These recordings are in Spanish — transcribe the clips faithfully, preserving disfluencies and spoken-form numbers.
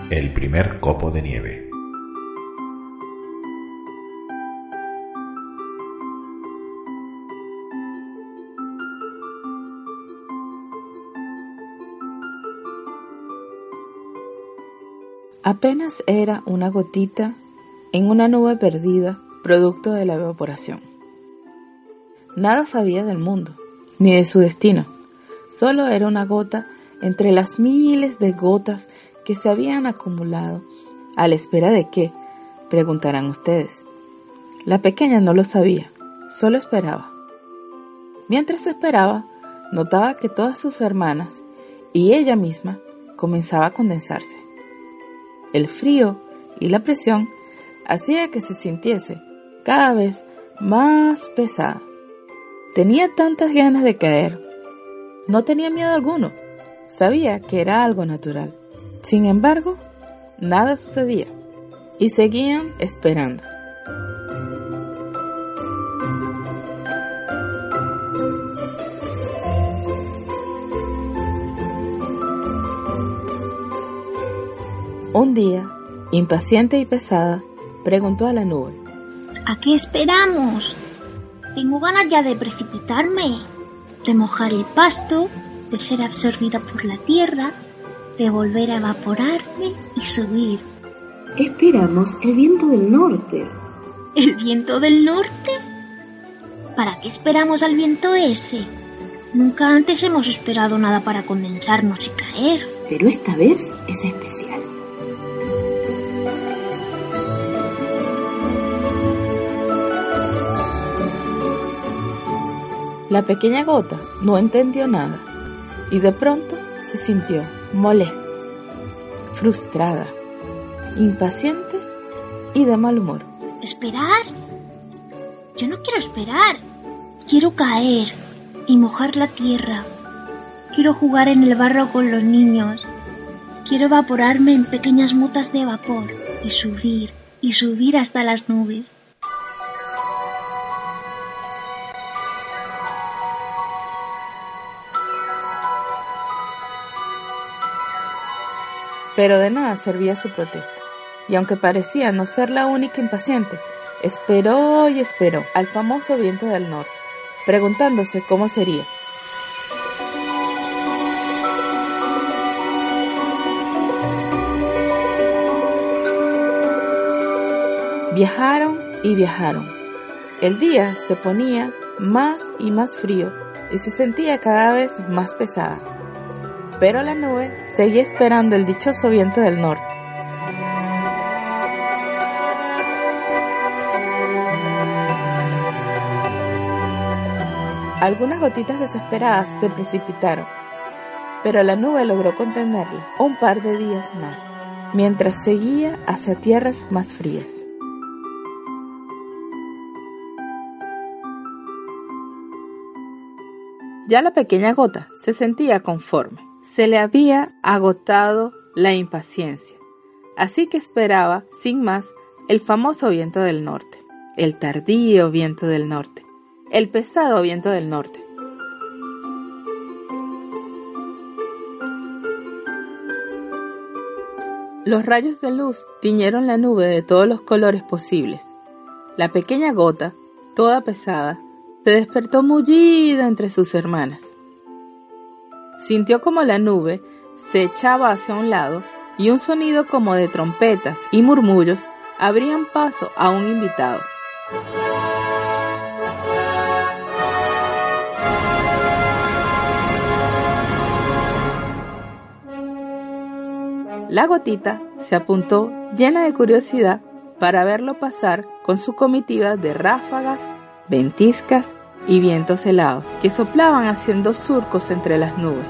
El primer copo de nieve. Apenas era una gotita en una nube perdida, producto de la evaporación. Nada sabía del mundo, ni de su destino. Solo era una gota entre las miles de gotas que se habían acumulado. ¿A la espera de qué?, preguntarán ustedes. La pequeña no lo sabía, solo esperaba. Mientras esperaba, notaba que todas sus hermanas y ella misma comenzaba a condensarse. El frío y la presión hacía que se sintiese cada vez más pesada. Tenía tantas ganas de caer. No tenía miedo alguno. Sabía que era algo natural. Sin embargo, nada sucedía y seguían esperando. Un día, impaciente y pesada, preguntó a la nube: ¿A qué esperamos? Tengo ganas ya de precipitarme, de mojar el pasto, de ser absorbida por la tierra, de volver a evaporarme y subir. Esperamos el viento del norte. ¿El viento del norte? ¿Para qué esperamos al viento ese? Nunca antes hemos esperado nada para condensarnos y caer. Pero esta vez es especial. La pequeña gota no entendió nada y de pronto se sintió molesta, frustrada, impaciente y de mal humor. ¿Esperar? Yo no quiero esperar. Quiero caer y mojar la tierra. Quiero jugar en el barro con los niños. Quiero evaporarme en pequeñas motas de vapor y subir y subir hasta las nubes. Pero de nada servía su protesta, y aunque parecía no ser la única impaciente, esperó y esperó al famoso viento del norte, preguntándose cómo sería. Viajaron y viajaron. El día se ponía más y más frío y se sentía cada vez más pesada. Pero la nube seguía esperando el dichoso viento del norte. Algunas gotitas desesperadas se precipitaron, pero la nube logró contenerlas un par de días más, mientras seguía hacia tierras más frías. Ya la pequeña gota se sentía conforme. Se le había agotado la impaciencia, así que esperaba, sin más, el famoso viento del norte, el tardío viento del norte, el pesado viento del norte. Los rayos de luz tiñeron la nube de todos los colores posibles. La pequeña gota, toda pesada, se despertó mullida entre sus hermanas. Sintió como la nube se echaba hacia un lado y un sonido como de trompetas y murmullos abrían paso a un invitado. La gotita se apuntó llena de curiosidad para verlo pasar con su comitiva de ráfagas, ventiscas y vientos helados que soplaban haciendo surcos entre las nubes.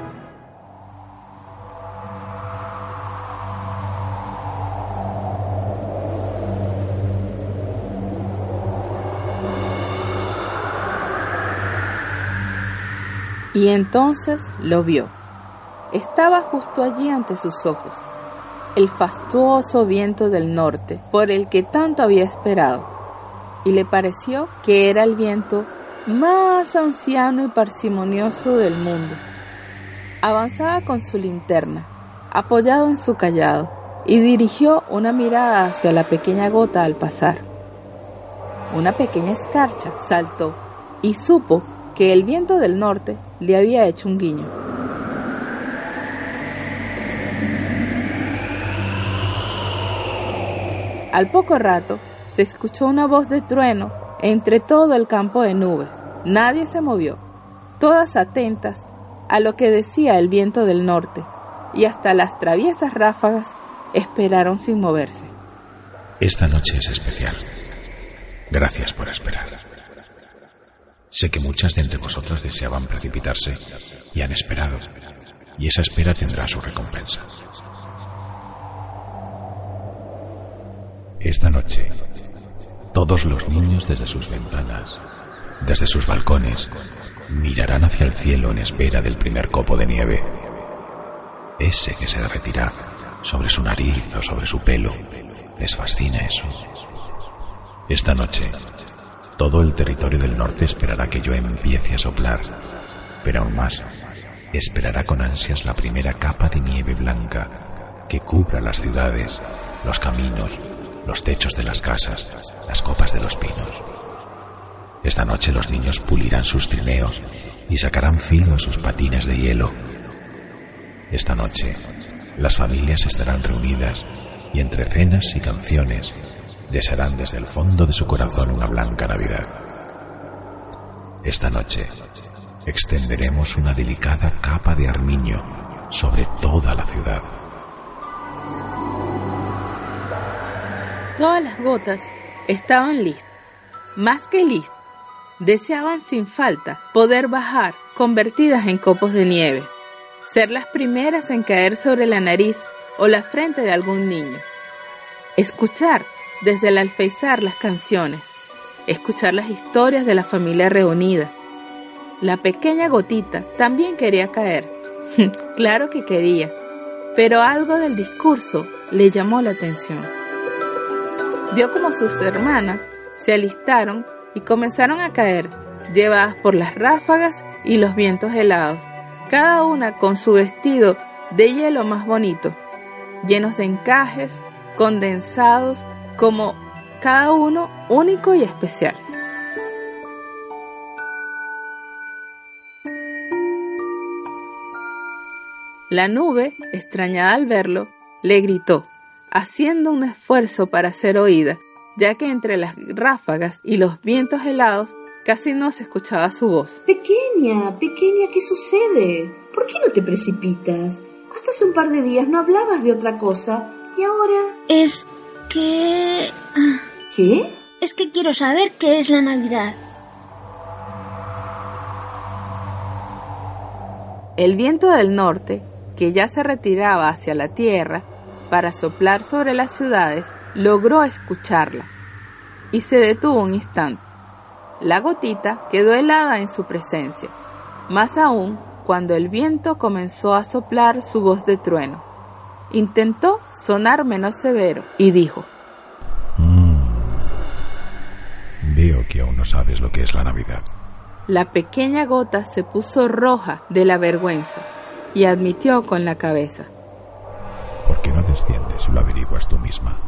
Y entonces lo vio. Estaba justo allí ante sus ojos, el fastuoso viento del norte por el que tanto había esperado, y le pareció que era el viento más anciano y parsimonioso del mundo. Avanzaba con su linterna, apoyado en su cayado, y dirigió una mirada hacia la pequeña gota al pasar. Una pequeña escarcha saltó y supo que el viento del norte le había hecho un guiño. Al poco rato se escuchó una voz de trueno entre todo el campo de nubes. Nadie se movió, todas atentas a lo que decía el viento del norte, y hasta las traviesas ráfagas esperaron sin moverse. Esta noche es especial. Gracias por esperar. Sé que muchas de entre vosotras deseaban precipitarse y han esperado, y esa espera tendrá su recompensa. Esta noche, todos los niños desde sus ventanas, desde sus balcones, mirarán hacia el cielo en espera del primer copo de nieve. Ese que se derretirá sobre su nariz o sobre su pelo. Les fascina eso. Esta noche, todo el territorio del norte esperará que yo empiece a soplar, pero aún más, esperará con ansias la primera capa de nieve blanca que cubra las ciudades, los caminos, los techos de las casas, las copas de los pinos. Esta noche los niños pulirán sus trineos y sacarán filo a sus patines de hielo. Esta noche, las familias estarán reunidas y entre cenas y canciones desearán desde el fondo de su corazón una blanca Navidad. Esta noche, extenderemos una delicada capa de armiño sobre toda la ciudad. Todas las gotas estaban listas, más que listas. Deseaban sin falta poder bajar convertidas en copos de nieve, ser las primeras en caer sobre la nariz o la frente de algún niño. Escuchar desde el alféizar las canciones, escuchar las historias de la familia reunida. La pequeña gotita también quería caer. Claro que quería, pero algo del discurso le llamó la atención. Vio como sus hermanas se alistaron y comenzaron a caer, llevadas por las ráfagas y los vientos helados, cada una con su vestido de hielo más bonito, llenos de encajes, condensados, como cada uno único y especial. La nube, extrañada al verlo, le gritó, haciendo un esfuerzo para ser oída, ya que entre las ráfagas y los vientos helados casi no se escuchaba su voz. Pequeña, pequeña, ¿qué sucede? ¿Por qué no te precipitas? Hasta hace un par de días no hablabas de otra cosa, ¿y ahora? Es que... ¿Qué? Es que quiero saber qué es la Navidad. El viento del norte, que ya se retiraba hacia la tierra para soplar sobre las ciudades, logró escucharla y se detuvo un instante. La gotita quedó helada en su presencia, más aún cuando el viento comenzó a soplar su voz de trueno. Intentó sonar menos severo y dijo: mm, Veo que aún no sabes lo que es la Navidad. La pequeña gota se puso roja de la vergüenza y admitió con la cabeza: ¿Por qué no desciendes y lo averiguas tú misma?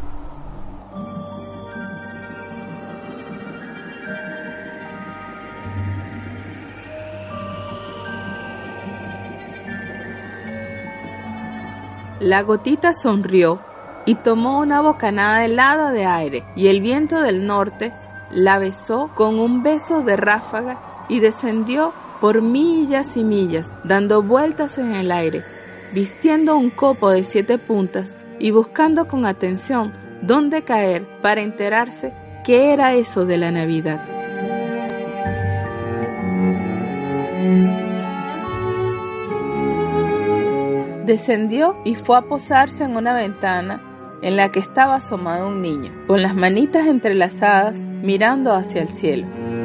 La gotita sonrió y tomó una bocanada helada de aire, y el viento del norte la besó con un beso de ráfaga y descendió por millas y millas, dando vueltas en el aire, vistiendo un copo de siete puntas y buscando con atención dónde caer para enterarse qué era eso de la Navidad. Descendió y fue a posarse en una ventana en la que estaba asomado un niño, con las manitas entrelazadas, mirando hacia el cielo.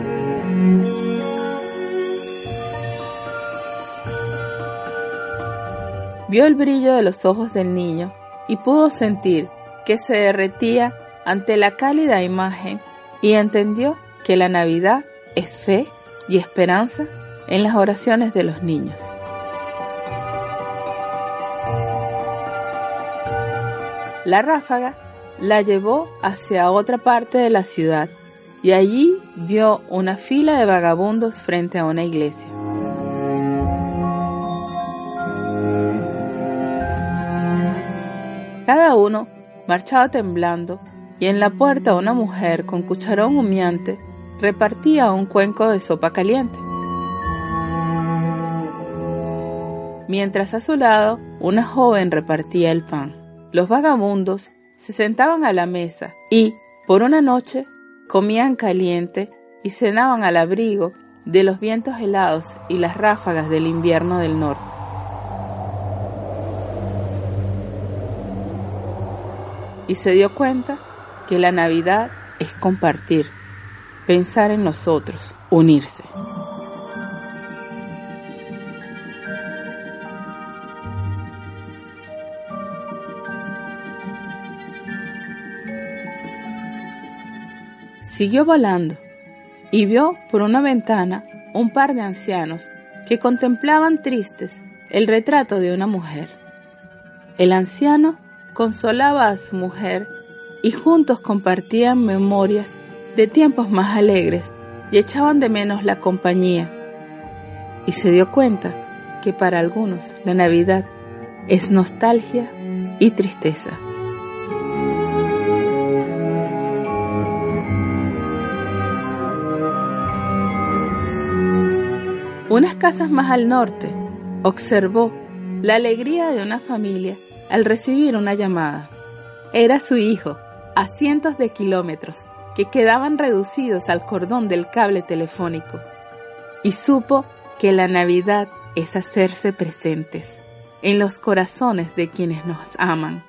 Vio el brillo de los ojos del niño y pudo sentir que se derretía ante la cálida imagen, y entendió que la Navidad es fe y esperanza en las oraciones de los niños. La ráfaga la llevó hacia otra parte de la ciudad y allí vio una fila de vagabundos frente a una iglesia. Cada uno marchaba temblando y en la puerta una mujer con cucharón humeante repartía un cuenco de sopa caliente. Mientras a su lado una joven repartía el pan. Los vagabundos se sentaban a la mesa y, por una noche, comían caliente y cenaban al abrigo de los vientos helados y las ráfagas del invierno del norte. Y se dio cuenta que la Navidad es compartir, pensar en los otros, unirse. Siguió volando y vio por una ventana un par de ancianos que contemplaban tristes el retrato de una mujer. El anciano consolaba a su mujer y juntos compartían memorias de tiempos más alegres y echaban de menos la compañía. Y se dio cuenta que para algunos la Navidad es nostalgia y tristeza. Unas casas más al norte, observó la alegría de una familia al recibir una llamada. Era su hijo, a cientos de kilómetros, que quedaban reducidos al cordón del cable telefónico. Y supo que la Navidad es hacerse presentes en los corazones de quienes nos aman.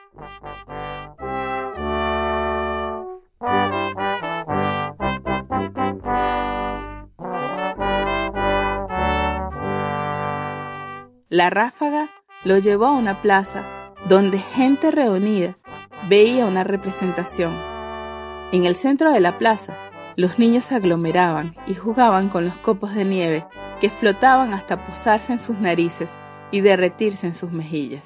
La ráfaga lo llevó a una plaza donde gente reunida veía una representación. En el centro de la plaza, los niños se aglomeraban y jugaban con los copos de nieve que flotaban hasta posarse en sus narices y derretirse en sus mejillas.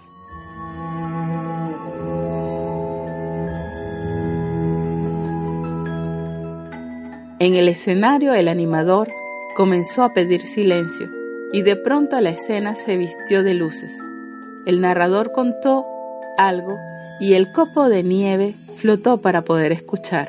En el escenario, el animador comenzó a pedir silencio y de pronto la escena se vistió de luces. El narrador contó algo y el copo de nieve flotó para poder escuchar.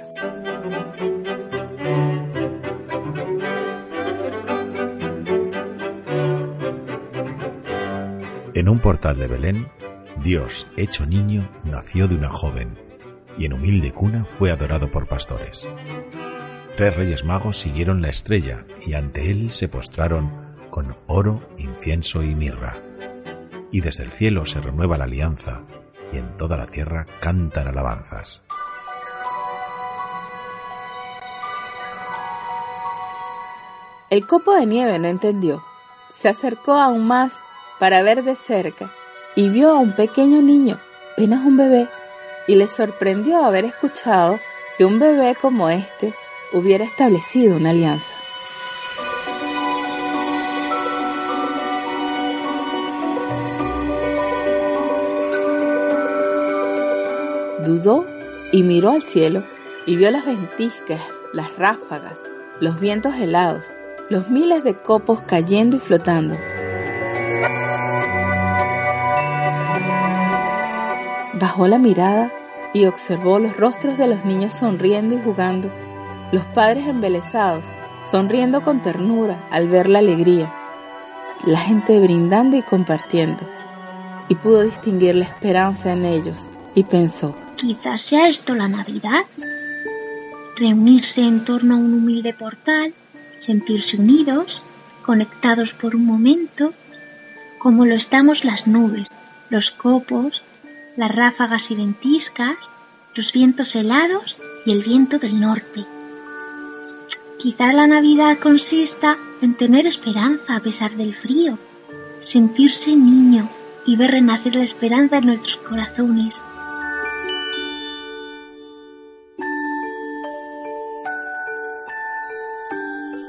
En un portal de Belén, Dios, hecho niño, nació de una joven y en humilde cuna fue adorado por pastores. Tres reyes magos siguieron la estrella y ante él se postraron con oro, incienso y mirra. Y desde el cielo se renueva la alianza, y en toda la tierra cantan alabanzas. El copo de nieve no entendió. Se acercó aún más para ver de cerca y vio a un pequeño niño, apenas un bebé, y le sorprendió haber escuchado que un bebé como este hubiera establecido una alianza. Dudó y miró al cielo y vio las ventiscas, las ráfagas, los vientos helados, los miles de copos cayendo y flotando. Bajó la mirada y observó los rostros de los niños sonriendo y jugando, los padres embelesados, sonriendo con ternura al ver la alegría, la gente brindando y compartiendo, y pudo distinguir la esperanza en ellos y pensó: quizás sea esto la Navidad. Reunirse en torno a un humilde portal, sentirse unidos, conectados por un momento, como lo estamos las nubes, los copos, las ráfagas y ventiscas, los vientos helados y el viento del norte. Quizás la Navidad consista en tener esperanza a pesar del frío, sentirse niño y ver renacer la esperanza en nuestros corazones.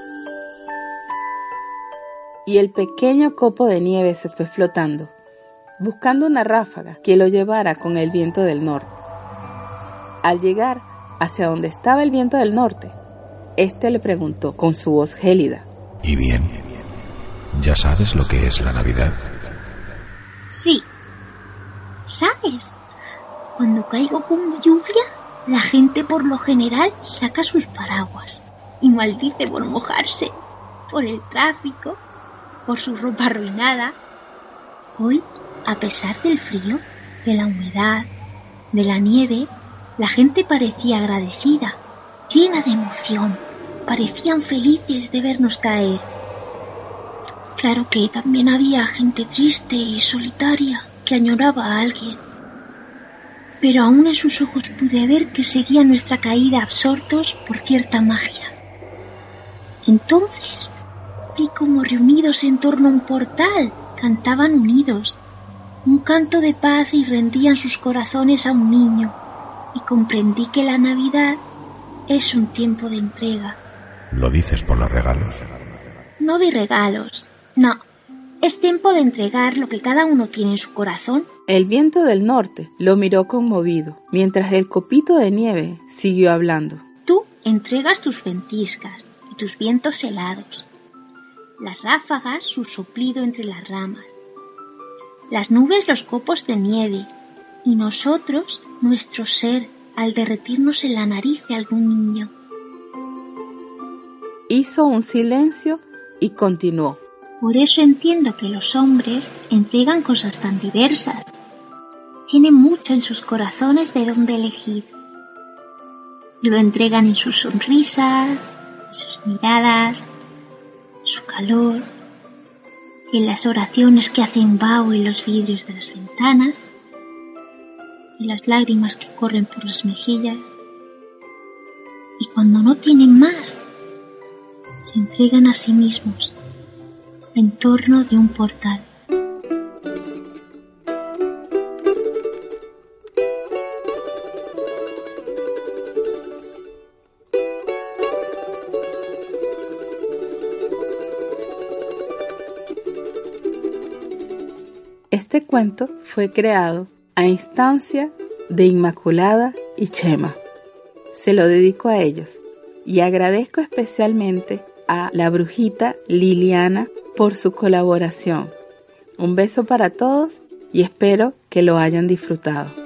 Y el pequeño copo de nieve se fue flotando. buscando una ráfaga que lo llevara con el viento del norte. Al llegar hacia donde estaba el viento del norte, éste le preguntó con su voz gélida: ¿Y bien? ¿Ya sabes lo que es la Navidad? Sí. ¿Sabes? Cuando caigo con lluvia, la gente por lo general saca sus paraguas y maldice por mojarse, por el tráfico, por su ropa arruinada. Hoy, a pesar del frío, de la humedad, de la nieve, la gente parecía agradecida, llena de emoción. Parecían felices de vernos caer. Claro que también había gente triste y solitaria que añoraba a alguien. Pero aún en sus ojos pude ver que seguían nuestra caída absortos por cierta magia. Entonces vi como reunidos en torno a un portal cantaban unidos, un canto de paz, y rendían sus corazones a un niño, y comprendí que la Navidad es un tiempo de entrega. ¿Lo dices por los regalos? No de regalos, no. Es tiempo de entregar lo que cada uno tiene en su corazón. El viento del norte lo miró conmovido, mientras el copito de nieve siguió hablando. Tú entregas tus ventiscas y tus vientos helados, las ráfagas su soplido entre las ramas, las nubes los copos de nieve, y nosotros nuestro ser al derretirnos en la nariz de algún niño. Hizo un silencio y continuó. Por eso entiendo que los hombres entregan cosas tan diversas. Tienen mucho en sus corazones de dónde elegir. Lo entregan en sus sonrisas, en sus miradas, su calor, en las oraciones que hacen vaho en los vidrios de las ventanas, en las lágrimas que corren por las mejillas. Y cuando no tienen más, se entregan a sí mismos en torno de un portal. Este cuento fue creado a instancia de Inmaculada y Chema. Se lo dedico a ellos y agradezco especialmente a la brujita Liliana por su colaboración. Un beso para todos y espero que lo hayan disfrutado.